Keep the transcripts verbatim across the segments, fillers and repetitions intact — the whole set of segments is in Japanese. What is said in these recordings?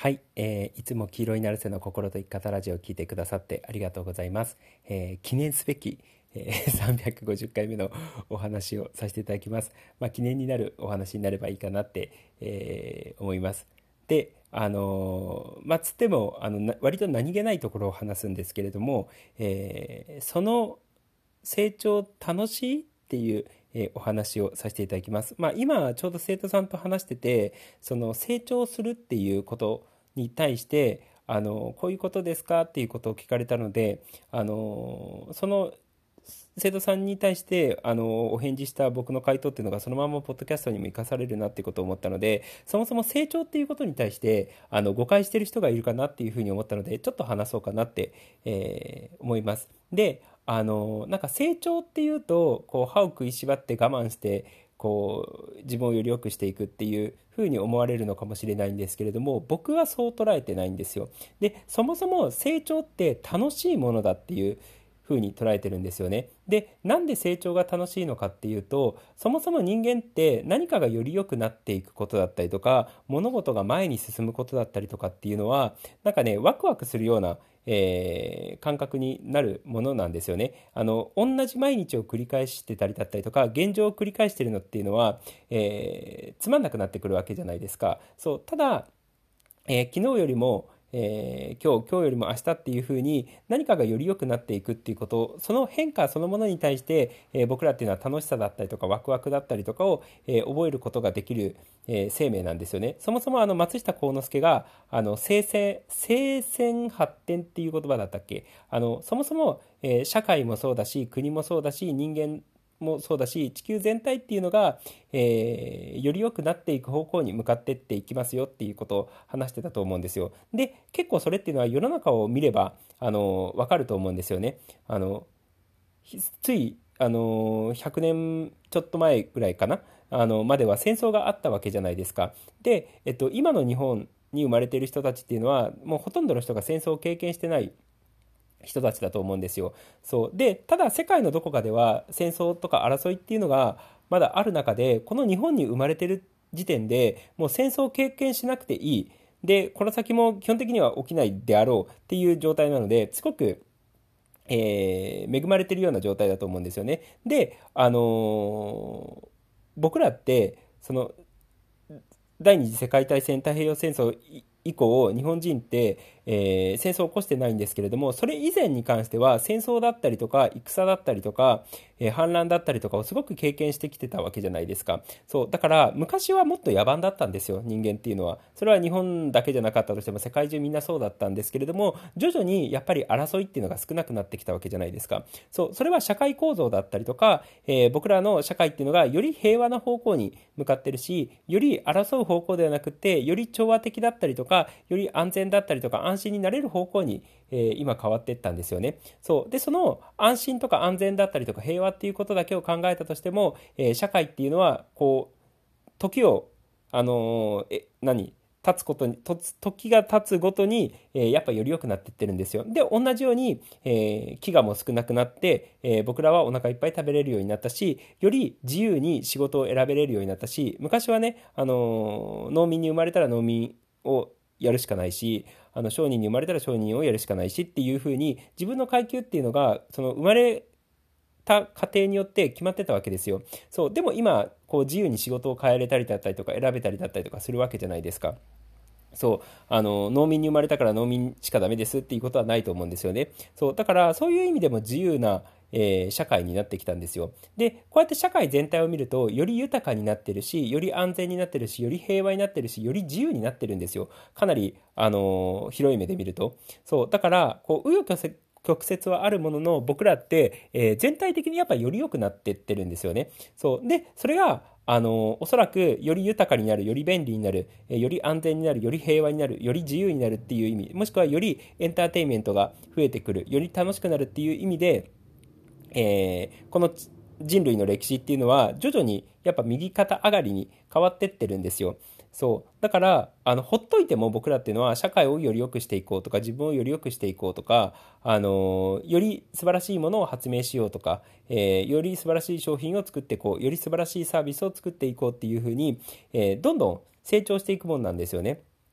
はい、えーいつも黄色いナルセの心と生き方ラジオを聞いてくださってありがとうございます。えー記念すべき、えーさんびゃくごじゅっかいめのお話をさせていただきます。まあ、記念になるお話になればいいかなって、えー思います。で、あのーまあ、つってもあのな割と何気ないところを話すんですけれども、えーその成長楽しいっていう、えーお話をさせていただきます。まあ、今ちょうど生徒さんと話してて、その成長するっていうことに対してあのこういうことですかっていうことを聞かれたので、あのその生徒さんに対してあのお返事した僕の回答っていうのがそのままポッドキャストにも生かされるなっていうことを思ったので、そもそも成長っていうことに対してあの誤解してる人がいるかなっていうふうに思ったので、ちょっと話そうかなって、えー思います。で、あのなんか成長っていうとこう歯を食いしばって我慢してこう自分をより良くしていくっていうふうに思われるのかもしれないんですけれども、僕はそう捉えてないんですよ。で、そもそも成長って楽しいものだっていうふうに捉えてるんですよね。で、なんで成長が楽しいのかっていうと、そもそも人間って何かがより良くなっていくことだったりとか、物事が前に進むことだったりとかっていうのは、なんかね、ワクワクするような、えー感覚になるものなんですよね。あの、同じ毎日を繰り返してたりだったりとか、現状を繰り返してるのっていうのは、えーつまんなくなってくるわけじゃないですか。そう、ただ、えー昨日よりも、えー今日、今日よりも明日っていう風に何かがより良くなっていくっていうこと、その変化そのものに対して、えー僕らっていうのは楽しさだったりとかワクワクだったりとかを、えー覚えることができる、えー生命なんですよね。そもそもあの松下幸之助があの生鮮、生鮮発展っていう言葉だったっけ、あのそもそも、えー社会もそうだし国もそうだし人間もそうだし地球全体っていうのが、えーより良くなっていく方向に向かっていっていきますよっていうことを話してたと思うんですよ。で、結構それっていうのは世の中を見ればあの分かると思うんですよね。あのついあのひゃくねんちょっと前ぐらいかな、あのまでは戦争があったわけじゃないですか。で、えっと、今の日本に生まれている人たちっていうのはもうほとんどの人が戦争を経験してない人たちだと思うんですよ。そうで、ただ世界のどこかでは戦争とか争いっていうのがまだある中で、この日本に生まれてる時点でもう戦争を経験しなくていい、でこの先も基本的には起きないであろうっていう状態なので、すごく、えー恵まれてるような状態だと思うんですよね。で、あのー僕らってその第二次世界大戦、太平洋戦争以降、日本人って、えー戦争を起こしてないんですけれども、それ以前に関しては戦争だったりとか戦だったりとか、えー反乱だったりとかをすごく経験してきてたわけじゃないですか。そうだから昔はもっと野蛮だったんですよ、人間っていうのは。それは日本だけじゃなかったとしても世界中みんなそうだったんですけれども、徐々にやっぱり争いっていうのが少なくなってきたわけじゃないですか。そうそれは社会構造だったりとか、えー僕らの社会っていうのがより平和な方向に向かってるし、より争う方向ではなくてより調和的だったりとか、より安全だったりとか安心になれる方向に、えー今変わっていったんですよね。そうで、その安心とか安全だったりとか平和っていうことだけを考えたとしても、えー社会っていうのはこう時をあのーえ何経つことにとつ時が経つごとに、えーやっぱより良くなっていってるんですよ。で、同じように、えー飢餓も少なくなって、えー僕らはお腹いっぱい食べれるようになったし、より自由に仕事を選べれるようになったし、昔はね、あのー農民に生まれたら農民をやるしかないし、あの商人に生まれたら商人をやるしかないしっていう風に、自分の階級っていうのがその生まれた過程によって決まってたわけですよ。そうでも今こう自由に仕事を変えれたりだったりとか選べたりだったりとかするわけじゃないですか。そうあの農民に生まれたから農民しかダメですっていうことはないと思うんですよね。そうだからそういう意味でも自由な、えー社会になってきたんですよ。で、こうやって社会全体を見るとより豊かになってるし、より安全になってるし、より平和になってるし、より自由になってるんですよ。かなり、あの広い目で見ると。そうだからこう紆余曲折曲折はあるものの、僕らって、えー全体的にやっぱより良くなってってるんですよね。そうで、それがあのおそらくより豊かになる、より便利になる、えーより安全になる、より平和になる、より自由になるっていう意味、もしくはよりエンターテインメントが増えてくる、より楽しくなるっていう意味で、えーこの人類の歴史っていうのは徐々にやっぱ右肩上がりに変わってってるんですよ。そうだからあのほっといても、僕らっていうのは社会をより良くしていこうとか、自分をより良くしていこうとか、あのより素晴らしいものを発明しようとか、えーより素晴らしい商品を作っていこう、より素晴らしいサービスを作っていこうっていうふうに、えーどんどん成長していくもんなんですよね。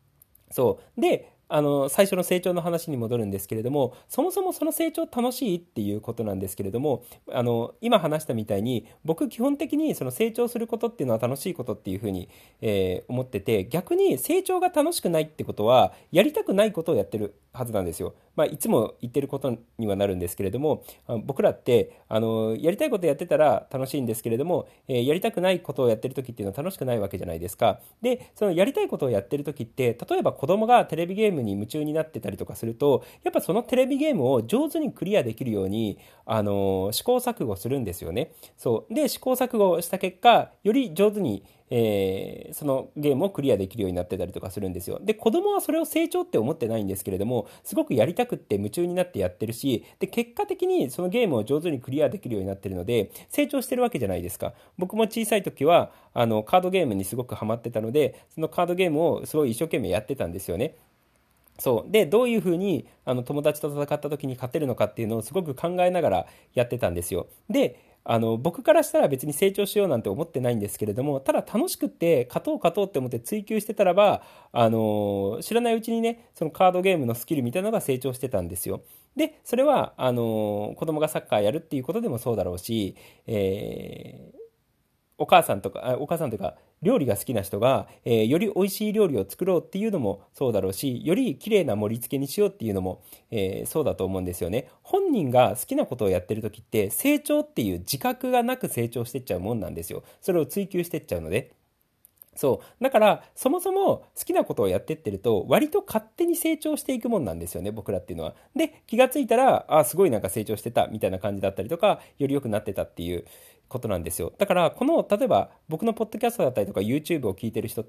そうで、あの最初の成長の話に戻るんですけれども、そもそもその成長楽しいっていうことなんですけれども、あの今話したみたいに僕基本的にその成長することっていうのは楽しいことっていうふうに、えー思ってて、逆に成長が楽しくないってことはやりたくないことをやってるはずなんですよ。まあ、いつも言ってることにはなるんですけれども、あ僕らってあのやりたいことやってたら楽しいんですけれども、えーやりたくないことをやってる時っていうのは楽しくないわけじゃないですか。でそのやりたいことをやってる時って、例えば子供がテレビゲームに夢中になってたりとかすると、やっぱそのテレビゲームを上手にクリアできるように、あの試行錯誤するんですよね。そうで試行錯誤した結果、より上手にえーそのゲームをクリアできるようになってたりとかするんですよ。で子供はそれを成長って思ってないんですけれども、すごくやりたくって夢中になってやってるし、で結果的にそのゲームを上手にクリアできるようになってるので成長してるわけじゃないですか。僕も小さい時はあのカードゲームにすごくハマってたので、そのカードゲームをすごい一生懸命やってたんですよね。そうでどういうふうにあの友達と戦った時に勝てるのかっていうのをすごく考えながらやってたんですよ。であの僕からしたら別に成長しようなんて思ってないんですけれども、ただ楽しくって勝とう勝とうって思って追求してたらば、あの知らないうちにね、そのカードゲームのスキルみたいなのが成長してたんですよ。でそれはあの子供がサッカーやるっていうことでもそうだろうし、えーお母さんとか、あお母さんというか、料理が好きな人が、えーより美味しい料理を作ろうっていうのもそうだろうし、より綺麗な盛り付けにしようっていうのも、えーそうだと思うんですよね。本人が好きなことをやってる時って、成長っていう自覚がなく成長してっちゃうもんなんですよ。それを追求してっちゃうので。そうだからそもそも好きなことをやってってると割と勝手に成長していくもんなんですよね、僕らっていうのは。で気がついたら、あすごいなんか成長してたみたいな感じだったりとか、より良くなってたっていうことなんですよ。だからこの例えば僕のポッドキャストだったりとか YouTube を聞いてる人って、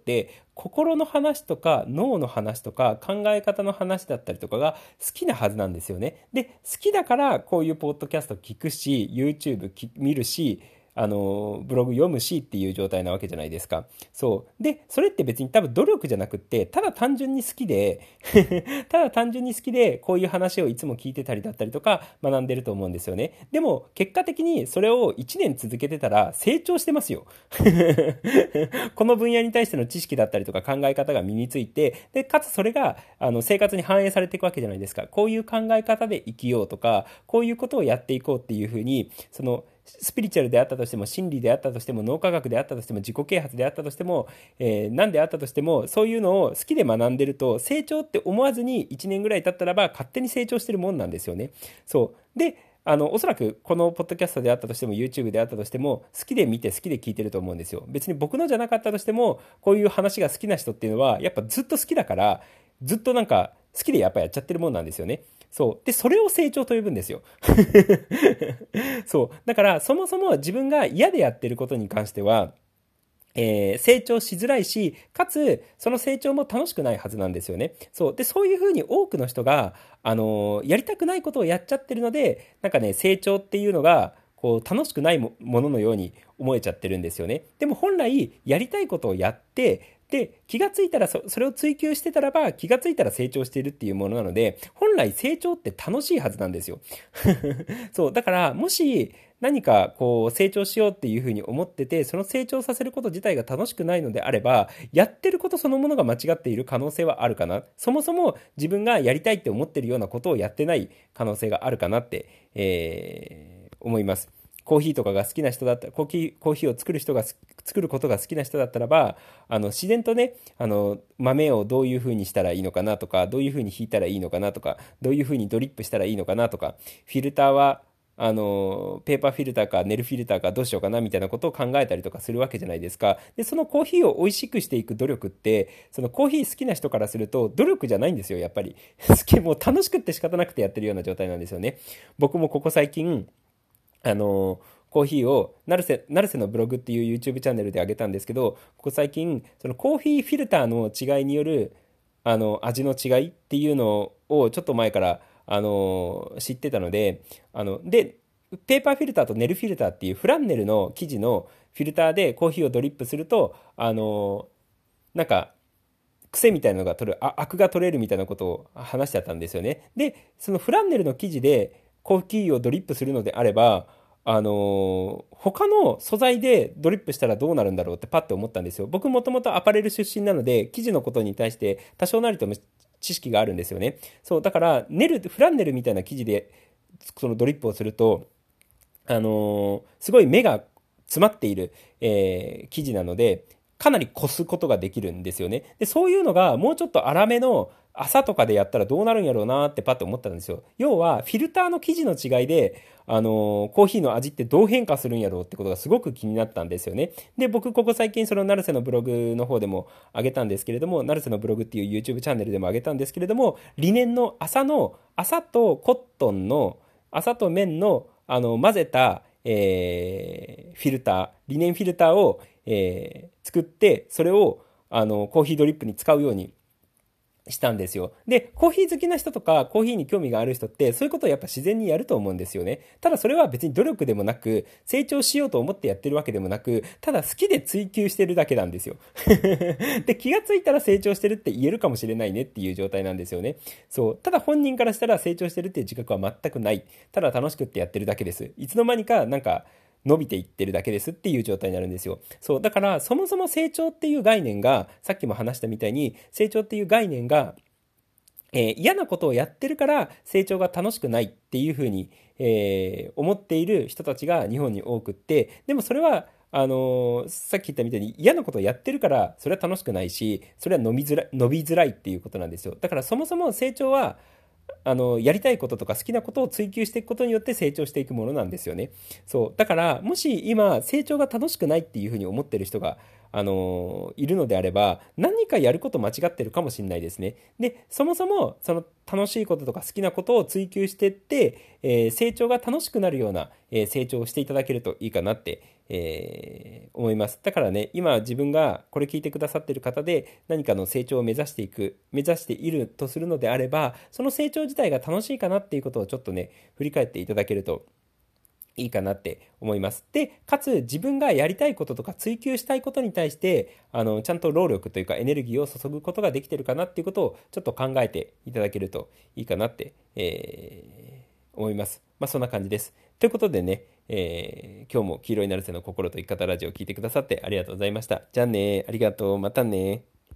心の話とか脳の話とか考え方の話だったりとかが好きなはずなんですよね。で好きだからこういうポッドキャスト聞くし YouTube き見るし、あのブログ読むしっていう状態なわけじゃないですか。そうでそれって別に多分努力じゃなくって、ただ単純に好きでただ単純に好きでこういう話をいつも聞いてたりだったりとか学んでると思うんですよね。でも結果的にそれをいちねん続けてたら成長してますよこの分野に対しての知識だったりとか考え方が身について、でかつそれがあの生活に反映されていくわけじゃないですか。こういう考え方で生きようとか、こういうことをやっていこうっていうふうに、そのスピリチュアルであったとしても、心理であったとしても、脳科学であったとしても、自己啓発であったとしても、えー何であったとしても、そういうのを好きで学んでると成長って思わずにいちねんぐらい経ったらば勝手に成長してるもんなんですよね。そうであのおそらくこのポッドキャストであったとしても YouTube であったとしても、好きで見て好きで聞いてると思うんですよ。別に僕のじゃなかったとしても、こういう話が好きな人っていうのはやっぱずっと好きだから、ずっとなんか好きでやっぱやっちゃってるもんなんですよね。そうでそれを成長と呼ぶんですよそうだからそもそも自分が嫌でやってることに関しては、えー成長しづらいし、かつその成長も楽しくないはずなんですよね。そうでそういうふうに多くの人が、あのーやりたくないことをやっちゃってるので、なんかね、成長っていうのがこう楽しくないももののように思えちゃってるんですよね。でも本来やりたいことをやって、で気がついたら、そそれを追求してたらば気がついたら成長しているっていうものなので、本来成長って楽しいはずなんですよそうだからもし何かこう成長しようっていうふうに思ってて、その成長させること自体が楽しくないのであれば、やってることそのものが間違っている可能性はあるかな。そもそも自分がやりたいって思ってるようなことをやってない可能性があるかなって、えー思います。コーヒーとかが好きな人だったら、コーヒー、コーヒーを作る人が作ることが好きな人だったらば、あの自然とね、あの豆をどういうふうにしたらいいのかなとか、どういうふうに引いたらいいのかなとか、どういうふうにドリップしたらいいのかなとか、フィルターはあのペーパーフィルターかネルフィルターかどうしようかなみたいなことを考えたりとかするわけじゃないですか。でそのコーヒーを美味しくしていく努力って、そのコーヒー好きな人からすると努力じゃないんですよ、やっぱり好き、もう楽しくって仕方なくてやってるような状態なんですよね。僕もここ最近あのコーヒーを成瀬、成瀬のブログっていう YouTube チャンネルで上げたんですけど、ここ最近そのコーヒーフィルターの違いによるあの味の違いっていうのをちょっと前からあの知ってたので、あのでペーパーフィルターとネルフィルターっていうフランネルの生地のフィルターでコーヒーをドリップすると、あのなんか癖みたいなのが取る、あ、アクが取れるみたいなことを話してあったんですよね。でそのフランネルの生地でコーヒーをドリップするのであれば、 あのー他の素材でドリップしたらどうなるんだろうってパッて思ったんですよ。僕もともとアパレル出身なので、生地のことに対して多少なりとも知識があるんですよね。そう、だから、ネル、フランネルみたいな生地で、そのドリップをすると、あのーすごい目が詰まっている、えー生地なので、かなりこすことができるんですよね。で、そういうのがもうちょっと粗めの朝とかでやったらどうなるんやろうなってパッと思ったんですよ。要は、フィルターの生地の違いで、あのーコーヒーの味ってどう変化するんやろうってことがすごく気になったんですよね。で、僕、ここ最近、その、成瀬のブログの方でも上げたんですけれども、成瀬のブログっていう YouTube チャンネルでも上げたんですけれども、リネンの麻の、麻とコットンの、麻と綿の、あの、混ぜた、えーフィルター、リネンフィルターを、えー作って、それを、あの、コーヒードリップに使うようにしたんですよ。で、コーヒー好きな人とか、コーヒーに興味がある人って、そういうことをやっぱ自然にやると思うんですよね。ただそれは別に努力でもなく、成長しようと思ってやってるわけでもなく、ただ好きで追求してるだけなんですよ。で、気がついたら成長してるって言えるかもしれないねっていう状態なんですよね。そう。ただ本人からしたら成長してるっていう自覚は全くない。ただ楽しくってやってるだけです。いつの間にか、なんか、伸びていってるだけですっていう状態になるんですよ。そう。だから、そもそも成長っていう概念が、さっきも話したみたいに、成長っていう概念が、えー嫌なことをやってるから成長が楽しくないっていうふうに、えー思っている人たちが日本に多くって、でもそれは、あのーさっき言ったみたいに嫌なことをやってるからそれは楽しくないし、それは伸びづらい、伸びづらいっていうことなんですよ。だからそもそも成長は、あの、やりたいこととか好きなことを追求していくことによって成長していくものなんですよね。そう。だから、もし今、成長が楽しくないっていうふうに思ってる人が、あのいるのであれば、何かやること間違ってるかもしれないですね。で、そもそも、その楽しいこととか好きなことを追求していって、えー成長が楽しくなるような、えー成長をしていただけるといいかなって、えー思います。だからね、今自分がこれ聞いてくださってる方で何かの成長を目指していく、目指しているとするのであれば、その成長自体が楽しいかなっていうことをちょっとね、振り返っていただけるといいかなって思います。で、かつ自分がやりたいこととか追求したいことに対して、あの、ちゃんと労力というかエネルギーを注ぐことができてるかなっていうことをちょっと考えていただけるといいかなって、えー思います。まあそんな感じです。ということでね、えー今日も黄色いナルセの心と生き方ラジオを聞いてくださってありがとうございました。じゃあね、ありがとう、またね。